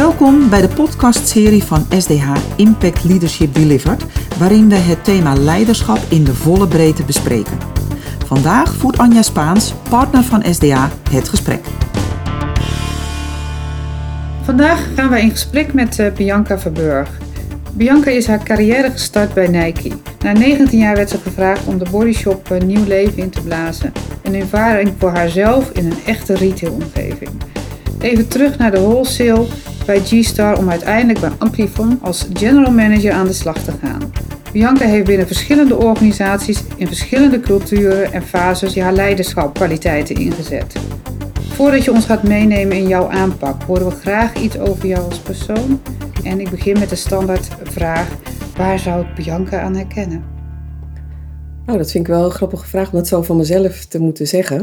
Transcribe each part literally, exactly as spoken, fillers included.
Welkom bij de podcastserie van S D H Impact Leadership Delivered, waarin we het thema leiderschap in de volle breedte bespreken. Vandaag voert Anja Spaans, partner van S D H, het gesprek. Vandaag gaan wij in gesprek met uh, Bianca Verburg. Bianca is haar carrière gestart bij Nike. Na negentien jaar werd ze gevraagd om de bodyshop uh, nieuw leven in te blazen. Een ervaring voor haarzelf in een echte retailomgeving. Even terug naar de wholesale bij G-Star om uiteindelijk bij Amplifon als general manager aan de slag te gaan. Bianca heeft binnen verschillende organisaties in verschillende culturen en fases haar leiderschapkwaliteiten ingezet. Voordat je ons gaat meenemen in jouw aanpak, horen we graag iets over jou als persoon. En ik begin met de standaard vraag: waar zou ik Bianca aan herkennen? Nou, dat vind ik wel een grappige vraag om dat zo van mezelf te moeten zeggen.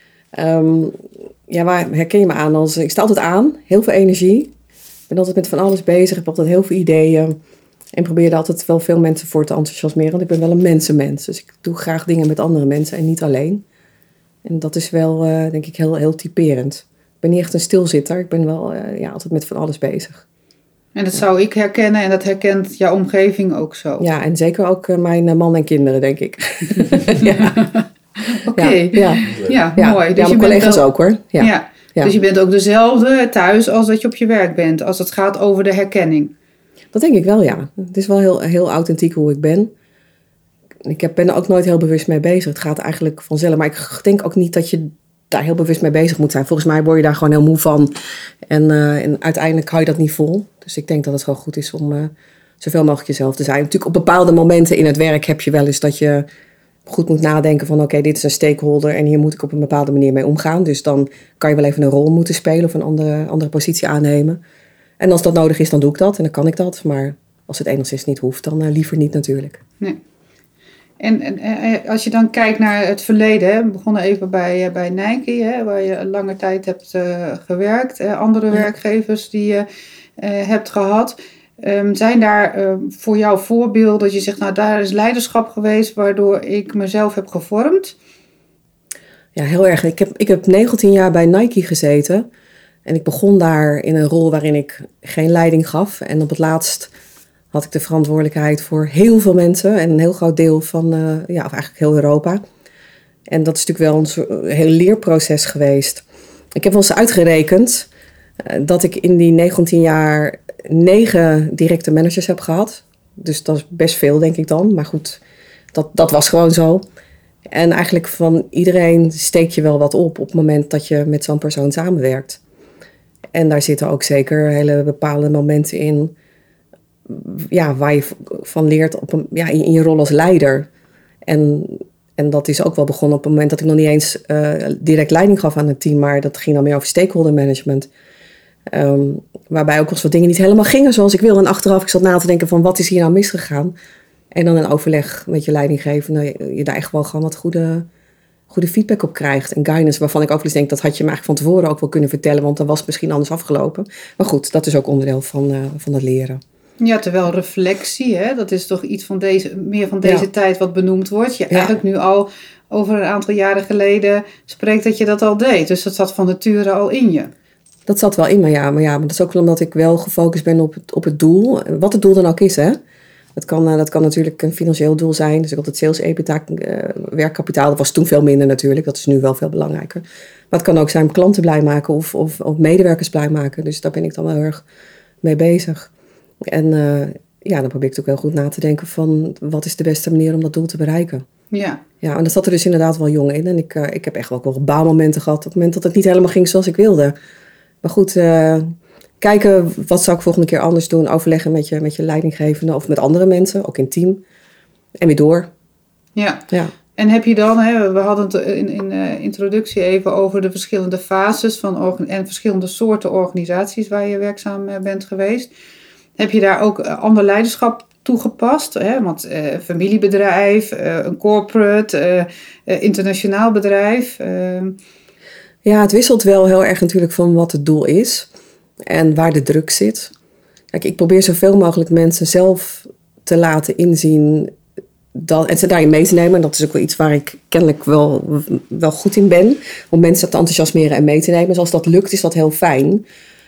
Um, ja, waar herken je me aan? Als, ik sta altijd aan, heel veel energie. Ik ben altijd met van alles bezig, heb altijd heel veel ideeën. En probeer er altijd wel veel mensen voor te enthousiasmeren. Want ik ben wel een mensenmens, dus ik doe graag dingen met andere mensen en niet alleen. En dat is wel, uh, denk ik, heel, heel typerend. Ik ben niet echt een stilzitter, ik ben wel uh, ja, altijd met van alles bezig. En dat zou ik herkennen en dat herkent jouw omgeving ook zo? Ja, en zeker ook uh, mijn man en kinderen, denk ik. ja. Oké, okay. ja. Ja, ja, mooi. Dus ja, mijn collega's wel, ook hoor. Ja. Ja. Ja. Dus je bent ook dezelfde thuis als dat je op je werk bent, als het gaat over de herkenning? Dat denk ik wel, ja. Het is wel heel, heel authentiek hoe ik ben. Ik heb, ben er ook nooit heel bewust mee bezig. Het gaat eigenlijk vanzelf. Maar ik denk ook niet dat je daar heel bewust mee bezig moet zijn. Volgens mij word je daar gewoon heel moe van. En, uh, en uiteindelijk hou je dat niet vol. Dus ik denk dat het gewoon goed is om uh, zoveel mogelijk jezelf te zijn. Natuurlijk op bepaalde momenten in het werk heb je wel eens dat je goed moet nadenken van oké, okay, dit is een stakeholder en hier moet ik op een bepaalde manier mee omgaan. Dus dan kan je wel even een rol moeten spelen of een andere, andere positie aannemen. En als dat nodig is, dan doe ik dat en dan kan ik dat. Maar als het enigszins niet hoeft, dan uh, liever niet natuurlijk. Nee. En, en, en als je dan kijkt naar het verleden, hè, we begonnen even bij, bij Nike, hè, waar je lange tijd hebt uh, gewerkt. Uh, andere ja. werkgevers die je uh, hebt gehad. Um, zijn daar uh, voor jou voorbeelden dat je zegt, nou daar is leiderschap geweest waardoor ik mezelf heb gevormd? Ja, heel erg. Ik heb, ik heb negentien jaar bij Nike gezeten. En ik begon daar in een rol waarin ik geen leiding gaf. En op het laatst had ik de verantwoordelijkheid voor heel veel mensen. En een heel groot deel van, uh, ja, of eigenlijk heel Europa. En dat is natuurlijk wel een heel leerproces geweest. Ik heb wel eens uitgerekend uh, dat ik in die negentien jaar negen directe managers heb gehad. Dus dat is best veel, denk ik dan. Maar goed, dat, dat was gewoon zo. En eigenlijk van iedereen steek je wel wat op op het moment dat je met zo'n persoon samenwerkt. En daar zitten ook zeker hele bepaalde momenten in, ja, waar je van leert op een, ja, in je rol als leider. En, en dat is ook wel begonnen op het moment dat ik nog niet eens uh, direct leiding gaf aan het team, maar dat ging dan meer over stakeholder management. Um, waarbij ook wel eens wat dingen niet helemaal gingen zoals ik wil. En achteraf ik zat na te denken van wat is hier nou misgegaan? En dan een overleg met je leidinggevende, je, je daar echt wel gewoon wat goede, goede feedback op krijgt. En guidance waarvan ik ook eens denk dat had je me eigenlijk van tevoren ook wel kunnen vertellen, want dan was het misschien anders afgelopen. Maar goed, dat is ook onderdeel van, uh, van het leren. Ja, terwijl reflectie, hè, dat is toch iets van deze, meer van deze ja. tijd wat benoemd wordt. Je ja. eigenlijk nu al over een aantal jaren geleden spreekt dat je dat al deed. Dus dat zat van nature al in je. Dat zat wel in me, ja. Maar ja, maar dat is ook omdat ik wel gefocust ben op het, op het doel. Wat het doel dan ook is, hè. Dat kan, uh, dat kan natuurlijk een financieel doel zijn. Dus ik had het sales EBITDA, uh, werkkapitaal. Dat was toen veel minder natuurlijk. Dat is nu wel veel belangrijker. Maar het kan ook zijn klanten blij maken of, of, of medewerkers blij maken. Dus daar ben ik dan wel heel erg mee bezig. En uh, ja, dan probeer ik ook wel goed na te denken van wat is de beste manier om dat doel te bereiken. Ja. Ja, en dat zat er dus inderdaad wel jong in. En ik, uh, ik heb echt wel wel baalmomenten gehad op het moment dat het niet helemaal ging zoals ik wilde. Maar goed, uh, kijken wat zou ik volgende keer anders doen. Overleggen met je, met je leidinggevende of met andere mensen, ook in team. En weer door. Ja. ja. En heb je dan, hè, we hadden het in, in de introductie even over de verschillende fases van en verschillende soorten organisaties waar je werkzaam bent geweest. Heb je daar ook ander leiderschap toegepast? Hè? Want uh, familiebedrijf, uh, een corporate, uh, uh, internationaal bedrijf. Uh... Ja, het wisselt wel heel erg natuurlijk van wat het doel is en waar de druk zit. Kijk, ik probeer zoveel mogelijk mensen zelf te laten inzien dat, en ze daarin mee te nemen. En dat is ook wel iets waar ik kennelijk wel, wel goed in ben. Om mensen te enthousiasmeren en mee te nemen. Dus als dat lukt, is dat heel fijn.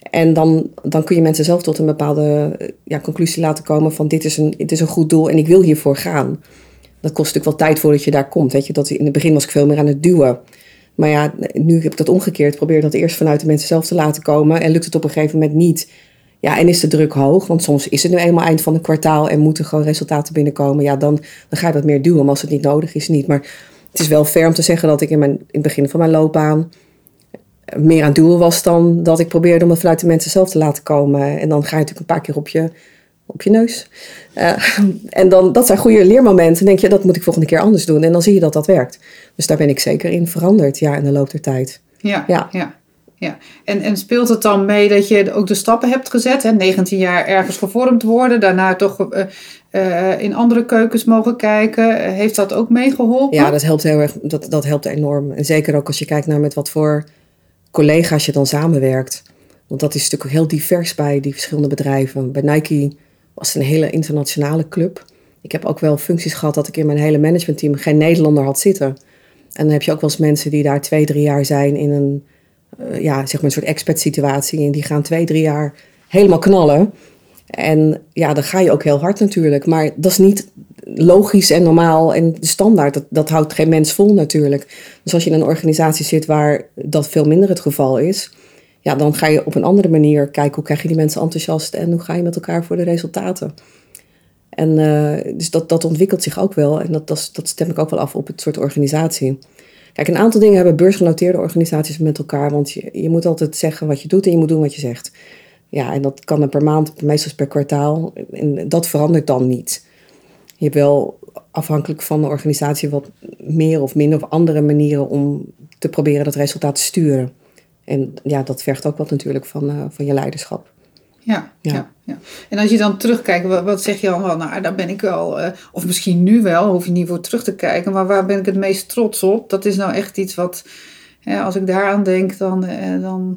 En dan, dan kun je mensen zelf tot een bepaalde ja, conclusie laten komen van dit is, een, dit is een goed doel en ik wil hiervoor gaan. Dat kost natuurlijk wel tijd voordat je daar komt. Weet je? Dat in het begin was ik veel meer aan het duwen. Maar ja, nu heb ik dat omgekeerd. Probeer dat eerst vanuit de mensen zelf te laten komen. En lukt het op een gegeven moment niet. Ja, en is de druk hoog. Want soms is het nu eenmaal eind van een kwartaal en moeten gewoon resultaten binnenkomen. Ja, dan, dan ga je wat meer duwen. Maar als het niet nodig is, niet. Maar het is wel fair om te zeggen dat ik in, mijn, in het begin van mijn loopbaan meer aan het duwen was dan dat ik probeerde om het vanuit de mensen zelf te laten komen. En dan ga je natuurlijk een paar keer op je, op je neus. Uh, en dan, dat zijn goede leermomenten. Dan denk je, dat moet ik volgende keer anders doen. En dan zie je dat dat werkt. Dus daar ben ik zeker in veranderd, ja, in de loop der tijd. Ja, ja. ja, ja. En, en speelt het dan mee dat je ook de stappen hebt gezet? Hè? negentien jaar ergens gevormd worden. Daarna toch uh, uh, in andere keukens mogen kijken. Heeft dat ook meegeholpen? Ja, dat helpt heel erg. Dat, dat helpt enorm. En zeker ook als je kijkt naar met wat voor collega's je dan samenwerkt. Want dat is natuurlijk heel divers bij die verschillende bedrijven. Bij Nike was het een hele internationale club. Ik heb ook wel functies gehad dat ik in mijn hele managementteam geen Nederlander had zitten. En dan heb je ook wel eens mensen die daar twee, drie jaar zijn in een, uh, ja, zeg maar een soort expat situatie. En die gaan twee, drie jaar helemaal knallen. En ja, dan ga je ook heel hard natuurlijk. Maar dat is niet logisch en normaal en standaard. Dat, dat houdt geen mens vol natuurlijk. Dus als je in een organisatie zit waar dat veel minder het geval is, ja, dan ga je op een andere manier kijken hoe krijg je die mensen enthousiast en hoe ga je met elkaar voor de resultaten. En uh, dus dat, dat ontwikkelt zich ook wel en dat, dat, dat stem ik ook wel af op het soort organisatie. Kijk, een aantal dingen hebben beursgenoteerde organisaties met elkaar, want je, je moet altijd zeggen wat je doet en je moet doen wat je zegt. Ja, en dat kan er per maand, meestal per kwartaal. En dat verandert dan niet. Je hebt wel afhankelijk van de organisatie wat meer of minder of andere manieren om te proberen dat resultaat te sturen. En ja, dat vergt ook wat natuurlijk van, uh, van je leiderschap. Ja, ja. Ja, ja. En als je dan terugkijkt, wat, wat zeg je dan wel? Nou, daar ben ik wel, uh, of misschien nu wel, hoef je niet voor terug te kijken. Maar waar ben ik het meest trots op? Dat is nou echt iets wat, ja, als ik daaraan denk, dan... Uh, dan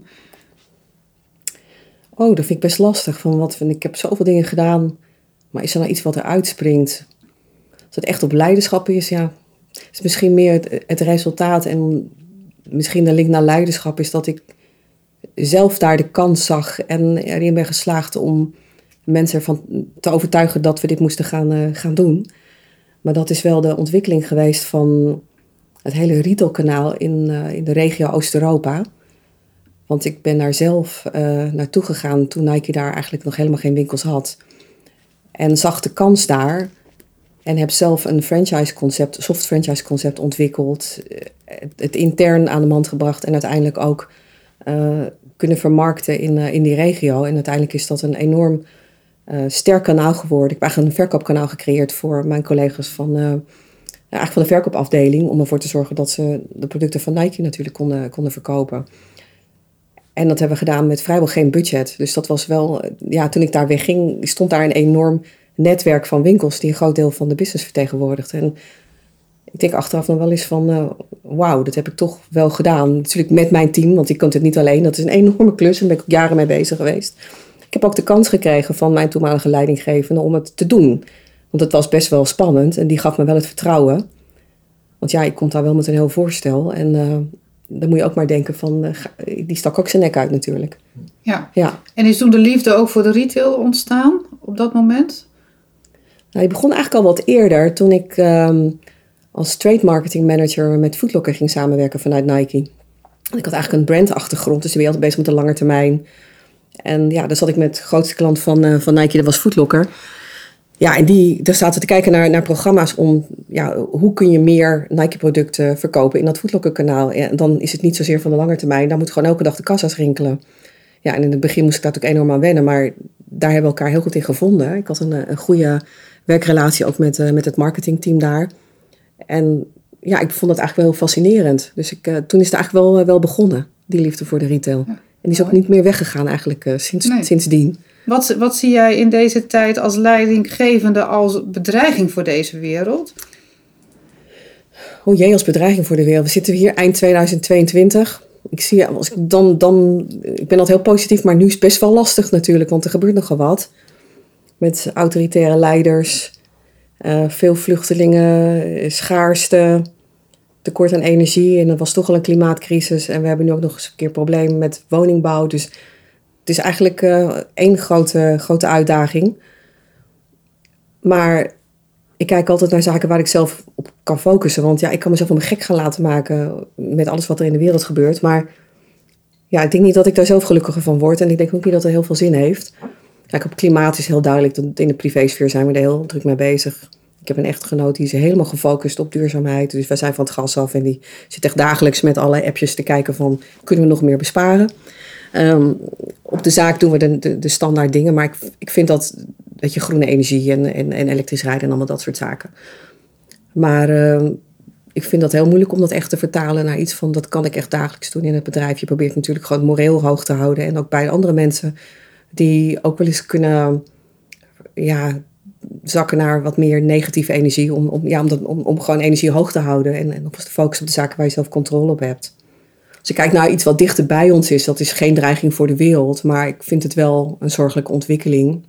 Oh, dat vind ik best lastig. Van wat, ik heb zoveel dingen gedaan, maar is er nou iets wat eruit springt? Als het echt op leiderschap is, ja, is misschien meer het, het resultaat. En misschien de link naar leiderschap is dat ik zelf daar de kans zag en erin ben geslaagd om mensen ervan te overtuigen dat we dit moesten gaan, uh, gaan doen. Maar dat is wel de ontwikkeling geweest van het hele retailkanaal in, uh, in de regio Oost-Europa. Want ik ben daar zelf uh, naartoe gegaan toen Nike daar eigenlijk nog helemaal geen winkels had. En zag de kans daar. En heb zelf een franchise concept, soft franchise concept ontwikkeld. Het, het intern aan de man gebracht. En uiteindelijk ook uh, kunnen vermarkten in, uh, in die regio. En uiteindelijk is dat een enorm uh, sterk kanaal geworden. Ik heb eigenlijk een verkoopkanaal gecreëerd voor mijn collega's van, uh, eigenlijk van de verkoopafdeling. Om ervoor te zorgen dat ze de producten van Nike natuurlijk konden, konden verkopen. En dat hebben we gedaan met vrijwel geen budget. Dus dat was wel, ja, toen ik daar wegging, stond daar een enorm netwerk van winkels die een groot deel van de business vertegenwoordigt. En ik denk achteraf nog wel eens van, uh, wauw, dat heb ik toch wel gedaan. Natuurlijk met mijn team, want ik kon het niet alleen. Dat is een enorme klus en daar ben ik ook jaren mee bezig geweest. Ik heb ook de kans gekregen van mijn toenmalige leidinggevende om het te doen. Want het was best wel spannend en die gaf me wel het vertrouwen. Want ja, ik kom daar wel met een heel voorstel en... Uh, dan moet je ook maar denken van, uh, die stak ook zijn nek uit natuurlijk. Ja. ja. En is toen de liefde ook voor de retail ontstaan op dat moment? Nou, die begon eigenlijk al wat eerder toen ik um, als trade marketing manager met Foot Locker ging samenwerken vanuit Nike. Ik had eigenlijk een brandachtergrond, dus ik ben altijd bezig met de lange termijn. En ja, daar zat ik met de grootste klant van, uh, van Nike, dat was Foot Locker. Ja, en die, daar zaten we te kijken naar, naar programma's om, ja, hoe kun je meer Nike-producten verkopen in dat Foot Locker kanaal. En dan is het niet zozeer van de lange termijn, daar moet gewoon elke dag de kassa's rinkelen. Ja, en in het begin moest ik daar natuurlijk enorm aan wennen, maar daar hebben we elkaar heel goed in gevonden. Ik had een, een goede werkrelatie ook met, uh, met het marketingteam daar. En ja, ik vond het eigenlijk wel heel fascinerend. Dus ik, uh, toen is het eigenlijk wel, uh, wel begonnen, die liefde voor de retail. Ja, en die is ook niet meer weggegaan eigenlijk uh, sinds, nee. sindsdien. Wat, wat zie jij in deze tijd als leidinggevende als bedreiging voor deze wereld? O jee, als bedreiging voor de wereld. We zitten hier eind tweeduizend tweeëntwintig. Ik, zie, als ik, dan, dan, ik ben altijd heel positief, maar nu is het best wel lastig natuurlijk. Want er gebeurt nogal wat. Met autoritaire leiders, uh, veel vluchtelingen, schaarste, tekort aan energie. En er was toch al een klimaatcrisis. En we hebben nu ook nog eens een keer problemen met woningbouw. Dus het is eigenlijk uh, één grote, grote uitdaging. Maar ik kijk altijd naar zaken waar ik zelf op kan focussen. Want ja, ik kan mezelf helemaal gek gaan laten maken met alles wat er in de wereld gebeurt. Maar ja, ik denk niet dat ik daar zelf gelukkiger van word. En ik denk ook niet dat het heel veel zin heeft. Kijk, op klimaat is heel duidelijk. Dat in de privésfeer zijn we er heel druk mee bezig. Ik heb een echtgenoot die is helemaal gefocust op duurzaamheid. Dus wij zijn van het gas af. En die zit echt dagelijks met alle appjes te kijken van, kunnen we nog meer besparen? Um, op de zaak doen we de, de, de standaard dingen. Maar ik, ik vind dat, weet je, groene energie en, en, en elektrisch rijden en allemaal dat soort zaken. Maar uh, ik vind dat heel moeilijk om dat echt te vertalen naar iets van, dat kan ik echt dagelijks doen in het bedrijf. Je probeert natuurlijk gewoon moreel hoog te houden. En ook bij andere mensen die ook wel eens kunnen, ja, zakken naar wat meer negatieve energie. Om, om, ja, om, dat, om, om gewoon energie hoog te houden. En, en op te focussen op de zaken waar je zelf controle op hebt. Als ik kijk naar iets wat dichter bij ons is, dat is geen dreiging voor de wereld. Maar ik vind het wel een zorgelijke ontwikkeling.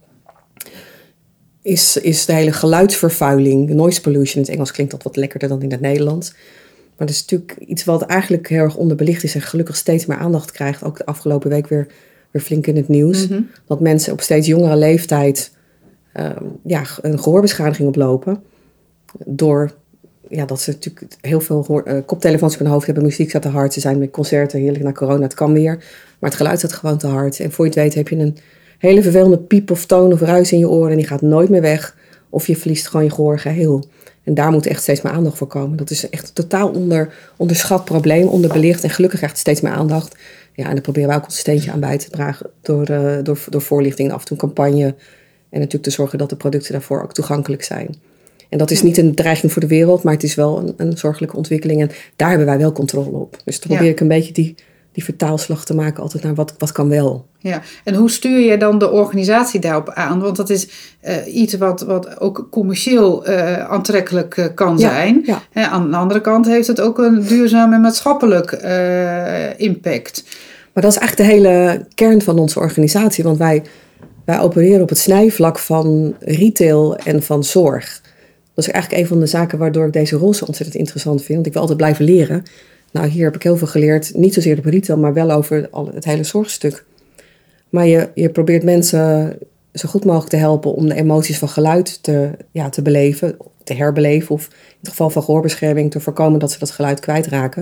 Is, is de hele geluidsvervuiling, noise pollution. In het Engels klinkt dat wat lekkerder dan in het Nederlands. Maar dat is natuurlijk iets wat eigenlijk heel erg onderbelicht is en gelukkig steeds meer aandacht krijgt. Ook de afgelopen week weer, weer flink in het nieuws. Mm-hmm. Dat mensen op steeds jongere leeftijd uh, ja, een gehoorbeschadiging oplopen. Door ja, dat ze natuurlijk heel veel hoor, uh, koptelefoons op hun hoofd hebben, muziek staat te hard. Ze zijn met concerten, heerlijk na corona, het kan weer. Maar het geluid staat gewoon te hard. En voor je het weet heb je een hele vervelende piep of toon of ruis in je oren en die gaat nooit meer weg. Of je verliest gewoon je gehoor geheel. En daar moet echt steeds meer aandacht voor komen. Dat is echt een totaal onder, onderschat probleem, onderbelicht. En gelukkig krijgt het steeds meer aandacht. Ja, en daar proberen wij ook ons steentje aan bij te dragen door, uh, door, door voorlichting en af en toe een campagne. En natuurlijk te zorgen dat de producten daarvoor ook toegankelijk zijn. En dat is niet een dreiging voor de wereld, maar het is wel een, een zorgelijke ontwikkeling. En daar hebben wij wel controle op. Dus dan probeer ja. ik een beetje die, die vertaalslag te maken altijd naar wat, wat kan wel. Ja, en hoe stuur je dan de organisatie daarop aan? Want dat is uh, iets wat, wat ook commercieel uh, aantrekkelijk uh, kan ja, zijn. Ja. En aan de andere kant heeft het ook een duurzaam en maatschappelijk uh, impact. Maar dat is eigenlijk de hele kern van onze organisatie. Want wij, wij opereren op het snijvlak van retail en van zorg. Dat is eigenlijk een van de zaken waardoor ik deze rol zo ontzettend interessant vind. Want ik wil altijd blijven leren. Nou, hier heb ik heel veel geleerd. Niet zozeer op retail, maar wel over het hele zorgstuk. Maar je, je probeert mensen zo goed mogelijk te helpen om de emoties van geluid te, ja, te beleven, te herbeleven. Of in het geval van gehoorbescherming te voorkomen dat ze dat geluid kwijtraken.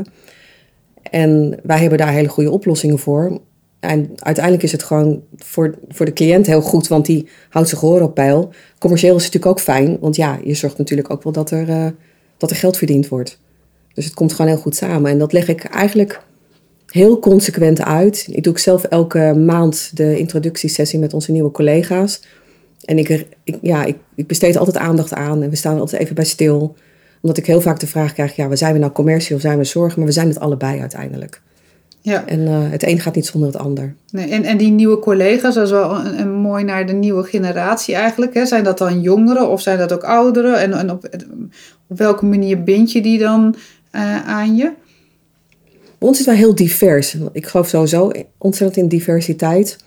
En wij hebben daar hele goede oplossingen voor. En uiteindelijk is het gewoon voor, voor de cliënt heel goed, want die houdt zijn gehoor op peil. Commercieel is het natuurlijk ook fijn, want ja, je zorgt natuurlijk ook wel dat er, uh, dat er geld verdiend wordt. Dus het komt gewoon heel goed samen. En dat leg ik eigenlijk heel consequent uit. Ik doe ook zelf elke maand de introductiesessie met onze nieuwe collega's. En ik, ik, ja, ik, ik besteed altijd aandacht aan en we staan altijd even bij stil. Omdat ik heel vaak de vraag krijg, ja, zijn we nou commercie of zijn we zorg? Maar we zijn het allebei uiteindelijk. Ja. En uh, het een gaat niet zonder het ander. Nee, en, en die nieuwe collega's, dat is wel een, een mooi naar de nieuwe generatie eigenlijk. Hè? Zijn dat dan jongeren of zijn dat ook ouderen? En, en op, op welke manier bind je die dan uh, aan je? Bij ons is het wel heel divers. Ik geloof sowieso ontzettend in diversiteit.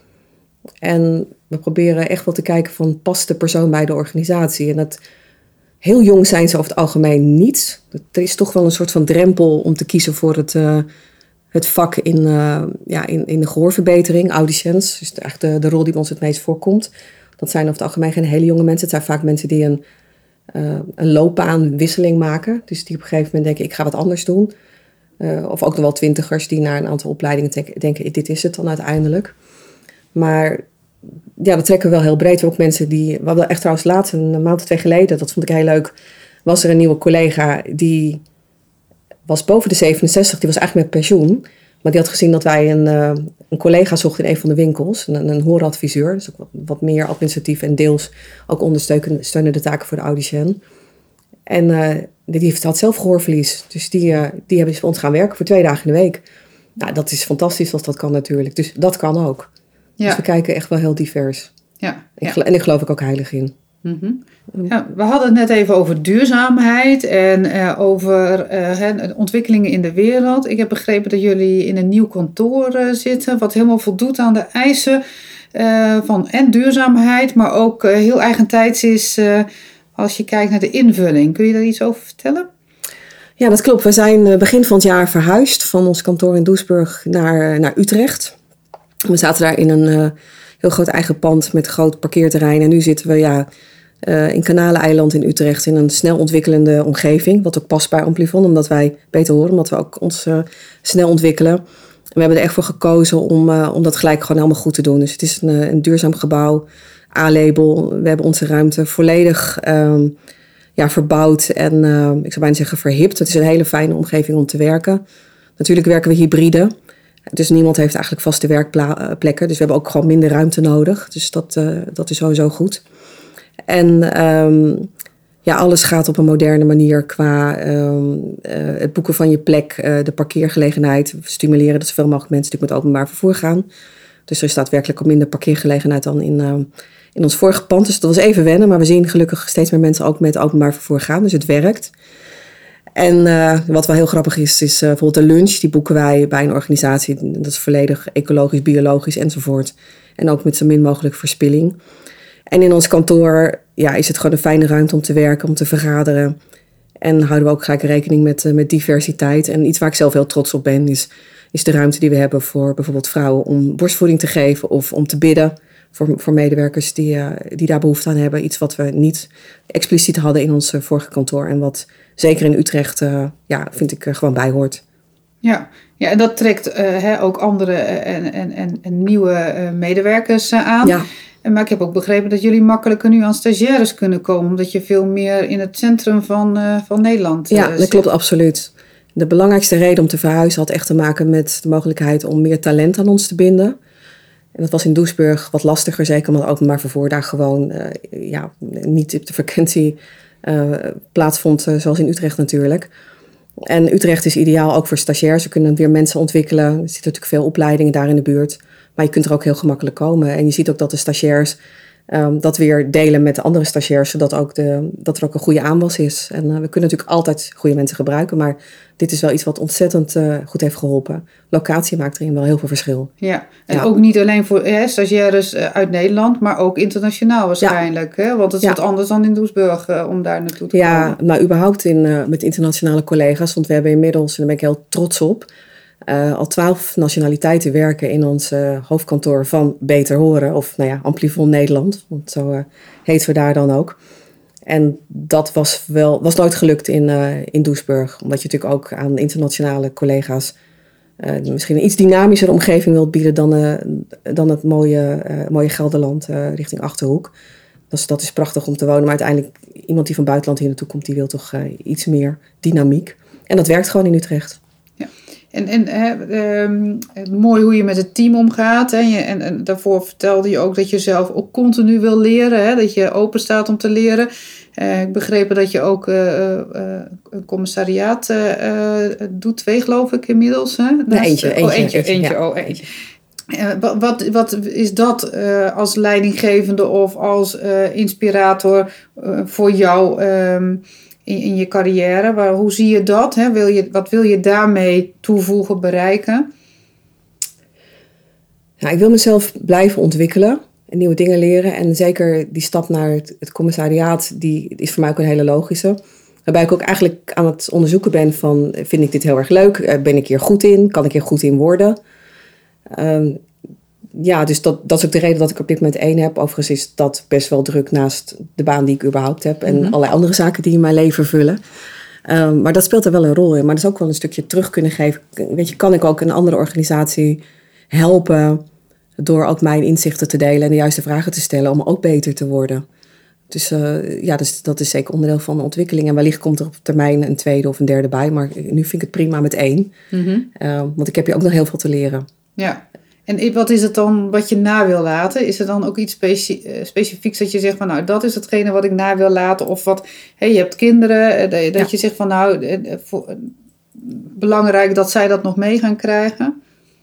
En we proberen echt wel te kijken van, past de persoon bij de organisatie? En dat heel jong zijn ze over het algemeen niet. Er is toch wel een soort van drempel om te kiezen voor het, uh, het vak in, uh, ja, in, in de gehoorverbetering, audiciëns. Dus echt de, de rol die bij ons het meest voorkomt. Dat zijn over het algemeen geen hele jonge mensen. Het zijn vaak mensen die een, uh, een loopbaanwisseling maken. Dus die op een gegeven moment denken, ik ga wat anders doen. Uh, of ook nog wel twintigers die na een aantal opleidingen denken, denken, dit is het dan uiteindelijk. Maar ja, dat trekken we wel heel breed. We hebben ook mensen die, we hadden echt trouwens laatst, een maand of twee geleden, dat vond ik heel leuk, was er een nieuwe collega die was boven de zevenenzestig, die was eigenlijk met pensioen. Maar die had gezien dat wij een, uh, een collega zochten in een van de winkels, een, een hooradviseur, dus ook wat, wat meer administratief en deels ook ondersteunende taken voor de audicien. En uh, die had zelf gehoorverlies, dus die, uh, die hebben dus voor ons gaan werken voor twee dagen in de week. Nou, dat is fantastisch als dat kan natuurlijk, dus dat kan ook. Ja. Dus we kijken echt wel heel divers. Ja, ja. En daar geloof ik ook heilig in. Mm-hmm. Ja, we hadden het net even over duurzaamheid en uh, over uh, ontwikkelingen in de wereld. Ik heb begrepen dat jullie in een nieuw kantoor uh, zitten, wat helemaal voldoet aan de eisen uh, van en duurzaamheid, maar ook uh, heel eigentijds is uh, als je kijkt naar de invulling. Kun je daar iets over vertellen? Ja, dat klopt. We zijn begin van het jaar verhuisd van ons kantoor in Doesburg naar, naar Utrecht. We zaten daar in een uh, heel groot eigen pand met groot parkeerterrein. En nu zitten we ja, uh, in Kanaleneiland in Utrecht in een snel ontwikkelende omgeving. Wat ook past bij Amplifon, omdat wij beter horen, omdat we ook ons uh, snel ontwikkelen. En we hebben er echt voor gekozen om, uh, om dat gelijk gewoon helemaal goed te doen. Dus het is een, een duurzaam gebouw, A-label. We hebben onze ruimte volledig um, ja, verbouwd en uh, ik zou bijna zeggen verhipt. Het is een hele fijne omgeving om te werken. Natuurlijk werken we hybride. Dus niemand heeft eigenlijk vaste werkplekken. Dus we hebben ook gewoon minder ruimte nodig. Dus dat, uh, dat is sowieso goed. En um, ja, alles gaat op een moderne manier qua um, uh, het boeken van je plek, uh, de parkeergelegenheid. We stimuleren dat zoveel mogelijk mensen natuurlijk met openbaar vervoer gaan. Dus er staat werkelijk ook minder parkeergelegenheid dan in, uh, in ons vorige pand. Dus dat was even wennen. Maar we zien gelukkig steeds meer mensen ook met openbaar vervoer gaan. Dus het werkt. En uh, wat wel heel grappig is, is uh, bijvoorbeeld de lunch. Die boeken wij bij een organisatie. Dat is volledig ecologisch, biologisch enzovoort. En ook met zo min mogelijk verspilling. En in ons kantoor ja, is het gewoon een fijne ruimte om te werken, om te vergaderen. En houden we ook gelijk rekening met, uh, met diversiteit. En iets waar ik zelf heel trots op ben, is, is de ruimte die we hebben voor bijvoorbeeld vrouwen om borstvoeding te geven of om te bidden. Voor, voor medewerkers die, uh, die daar behoefte aan hebben. Iets wat we niet expliciet hadden in ons uh, vorige kantoor. En wat zeker in Utrecht, uh, ja, vind ik, uh, gewoon bij hoort. Ja, ja en dat trekt uh, hè, ook andere uh, en, en, en, en nieuwe uh, medewerkers uh, aan. Ja. Maar ik heb ook begrepen dat jullie makkelijker nu aan stagiaires kunnen komen. Omdat je veel meer in het centrum van, uh, van Nederland uh, Ja, dat zit. klopt absoluut. De belangrijkste reden om te verhuizen had echt te maken met de mogelijkheid om meer talent aan ons te binden. En dat was in Doesburg wat lastiger, zeker omdat openbaar vervoer daar gewoon uh, ja, niet op de frequentie uh, plaatsvond, uh, zoals in Utrecht natuurlijk. En Utrecht is ideaal ook voor stagiairs. We kunnen weer mensen ontwikkelen. Er zitten natuurlijk veel opleidingen daar in de buurt. Maar je kunt er ook heel gemakkelijk komen. En je ziet ook dat de stagiairs um, dat weer delen met de andere stagiairs, zodat ook de, dat er ook een goede aanwas is. En uh, we kunnen natuurlijk altijd goede mensen gebruiken, maar dit is wel iets wat ontzettend uh, goed heeft geholpen. Locatie maakt erin wel heel veel verschil. Ja, en ja. ook niet alleen voor hè, stagiaires uit Nederland, maar ook internationaal waarschijnlijk. Ja. Hè? Want het is ja. wat anders dan in Doesburg uh, om daar naartoe te ja, komen. Ja, maar überhaupt in, uh, met internationale collega's. Want we hebben inmiddels, en daar ben ik heel trots op, Uh, al twaalf nationaliteiten werken in ons uh, hoofdkantoor van Beter Horen. Of nou ja, Amplifon Nederland. Want zo uh, heten we daar dan ook. En dat was, wel, was nooit gelukt in, uh, in Doesburg. Omdat je natuurlijk ook aan internationale collega's uh, misschien een iets dynamischere omgeving wilt bieden dan, uh, dan het mooie, uh, mooie Gelderland uh, richting Achterhoek. Dus dat is prachtig om te wonen. Maar uiteindelijk iemand die van buitenland hier naartoe komt, die wil toch uh, iets meer dynamiek. En dat werkt gewoon in Utrecht. En, en hè, um, mooi hoe je met het team omgaat. Hè? En, en daarvoor vertelde je ook dat je zelf ook continu wil leren. Hè? Dat je open staat om te leren. Uh, ik begreep dat je ook uh, uh, een commissariaat uh, uh, doet. Twee geloof ik inmiddels. Hè? Nee, eentje. Oh, eentje, eentje, eentje, ja. oh, eentje. Uh, wat, wat, wat is dat uh, als leidinggevende of als uh, inspirator uh, voor jou um, in, in je carrière? Waar, hoe zie je dat? Hè? Wil je, wat wil je daarmee toevoegen, bereiken? Nou, ik wil mezelf blijven ontwikkelen en nieuwe dingen leren. En zeker die stap naar het, het commissariaat, die is voor mij ook een hele logische. Waarbij ik ook eigenlijk aan het onderzoeken ben van, vind ik dit heel erg leuk? Ben ik hier goed in? Kan ik hier goed in worden? Um, ja, dus dat, dat is ook de reden dat ik op dit moment één heb. Overigens is dat best wel druk naast de baan die ik überhaupt heb. En mm-hmm. allerlei andere zaken die in mijn leven vullen. Um, maar dat speelt er wel een rol in. Maar dat is ook wel een stukje terug kunnen geven. Weet je, kan ik ook een andere organisatie helpen door ook mijn inzichten te delen en de juiste vragen te stellen om ook beter te worden. Dus uh, ja, dus dat is zeker onderdeel van de ontwikkeling. En wellicht komt er op termijn een tweede of een derde bij. Maar nu vind ik het prima met één. Mm-hmm. Uh, want ik heb hier ook nog heel veel te leren. Ja. En wat is het dan wat je na wil laten? Is er dan ook iets speci- specifieks dat je zegt van nou, dat is hetgene wat ik na wil laten? Of wat, hey, je hebt kinderen, dat ja. je zegt van nou, voor, belangrijk dat zij dat nog mee gaan krijgen?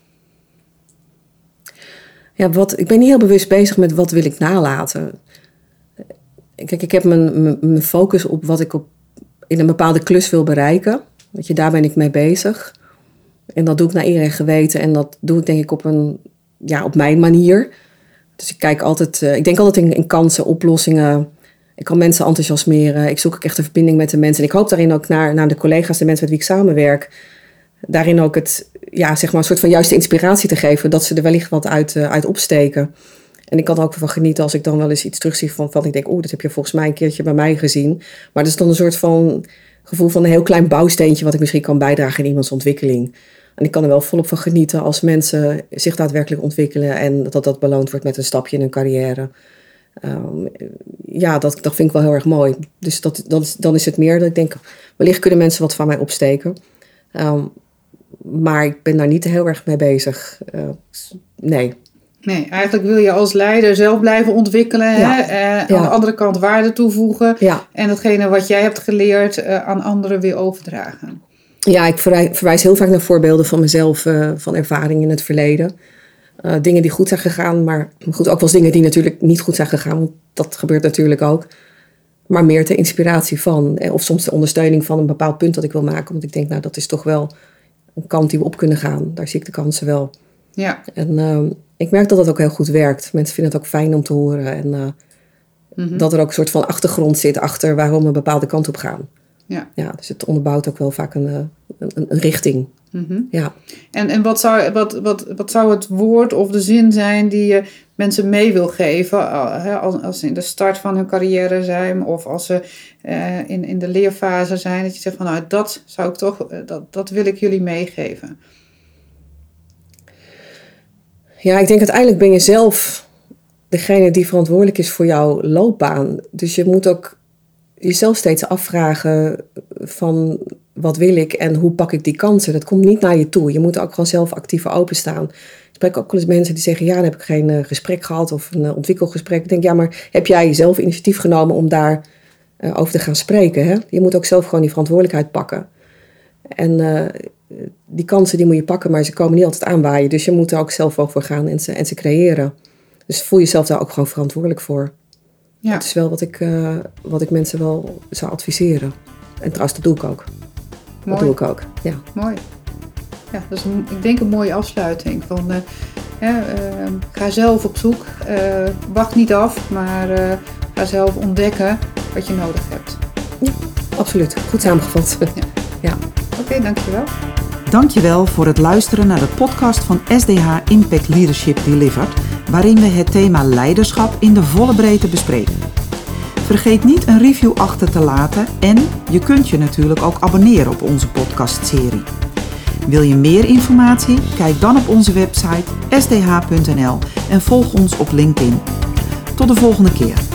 Ja, wat, ik ben niet heel bewust bezig met wat wil ik nalaten. Kijk, ik heb mijn, mijn, mijn focus op wat ik op, in een bepaalde klus wil bereiken. Weet je, daar ben ik mee bezig. En dat doe ik naar iedereen geweten. En dat doe ik denk ik op, een, ja, op mijn manier. Dus ik kijk altijd, uh, ik denk altijd in, in kansen, oplossingen. Ik kan mensen enthousiasmeren. Ik zoek ook echt een verbinding met de mensen. En ik hoop daarin ook naar, naar de collega's, de mensen met wie ik samenwerk. Daarin ook het, ja, zeg maar een soort van juiste inspiratie te geven. Dat ze er wellicht wat uit, uh, uit opsteken. En ik kan er ook van genieten als ik dan wel eens iets terugzie van, van ik denk, oeh, dat heb je volgens mij een keertje bij mij gezien. Maar dat is dan een soort van gevoel van een heel klein bouwsteentje wat ik misschien kan bijdragen in iemands ontwikkeling. En ik kan er wel volop van genieten als mensen zich daadwerkelijk ontwikkelen en dat dat beloond wordt met een stapje in hun carrière. Um, ja, dat, dat vind ik wel heel erg mooi. Dus dat, dat is, dan is het meer dat ik denk, wellicht kunnen mensen wat van mij opsteken. Um, maar ik ben daar niet heel erg mee bezig. Uh, nee. Nee, eigenlijk wil je als leider zelf blijven ontwikkelen. Ja. Hè? Uh, ja. Aan de andere kant waarde toevoegen. Ja. En datgene wat jij hebt geleerd uh, aan anderen weer overdragen. Ja, ik verwijs, verwijs heel vaak naar voorbeelden van mezelf, uh, van ervaring in het verleden. Uh, dingen die goed zijn gegaan, maar goed, ook wel eens dingen die natuurlijk niet goed zijn gegaan. Want dat gebeurt natuurlijk ook. Maar meer ter inspiratie van. Of soms de ondersteuning van een bepaald punt dat ik wil maken. Want ik denk, nou, dat is toch wel een kant die we op kunnen gaan. Daar zie ik de kansen wel. Ja. En uh, ik merk dat dat ook heel goed werkt. Mensen vinden het ook fijn om te horen. En uh, mm-hmm. dat er ook een soort van achtergrond zit achter waarom we een bepaalde kant op gaan. Ja. Ja, dus het onderbouwt ook wel vaak een, een, een, een richting. Mm-hmm. Ja. En, en wat, zou, wat, wat, wat zou het woord of de zin zijn die je mensen mee wil geven als, als ze in de start van hun carrière zijn of als ze uh, in, in de leerfase zijn, dat je zegt van nou dat zou ik toch, dat, dat wil ik jullie meegeven. Ja, ik denk uiteindelijk ben je zelf degene die verantwoordelijk is voor jouw loopbaan. Dus je moet ook jezelf steeds afvragen van wat wil ik en hoe pak ik die kansen. Dat komt niet naar je toe. Je moet ook gewoon zelf actief openstaan. Ik spreek ook wel eens mensen die zeggen, ja, dan heb ik geen uh, gesprek gehad of een uh, ontwikkelgesprek. Ik denk, ja, maar heb jij zelf initiatief genomen om daar uh, over te gaan spreken? Hè? Je moet ook zelf gewoon die verantwoordelijkheid pakken. En uh, die kansen die moet je pakken, maar ze komen niet altijd aanwaaien. Dus je moet er ook zelf wel voor gaan en ze, en ze creëren. Dus voel jezelf daar ook gewoon verantwoordelijk voor. Ja. Dat is wel wat ik, uh, wat ik mensen wel zou adviseren. En trouwens, dat doe ik ook. Mooi. Dat doe ik ook, ja. Mooi. Ja, dat is een, ik denk een mooie afsluiting. Van, uh, uh, uh, ga zelf op zoek. Uh, wacht niet af, maar uh, ga zelf ontdekken wat je nodig hebt. Ja, absoluut. Goed samengevat. Ja. Ja. Oké, okay, dankjewel. Dankjewel voor het luisteren naar de podcast van S D H Impact Leadership Delivered, waarin we het thema leiderschap in de volle breedte bespreken. Vergeet niet een review achter te laten en je kunt je natuurlijk ook abonneren op onze podcastserie. Wil je meer informatie? Kijk dan op onze website s d h punt n l en volg ons op LinkedIn. Tot de volgende keer.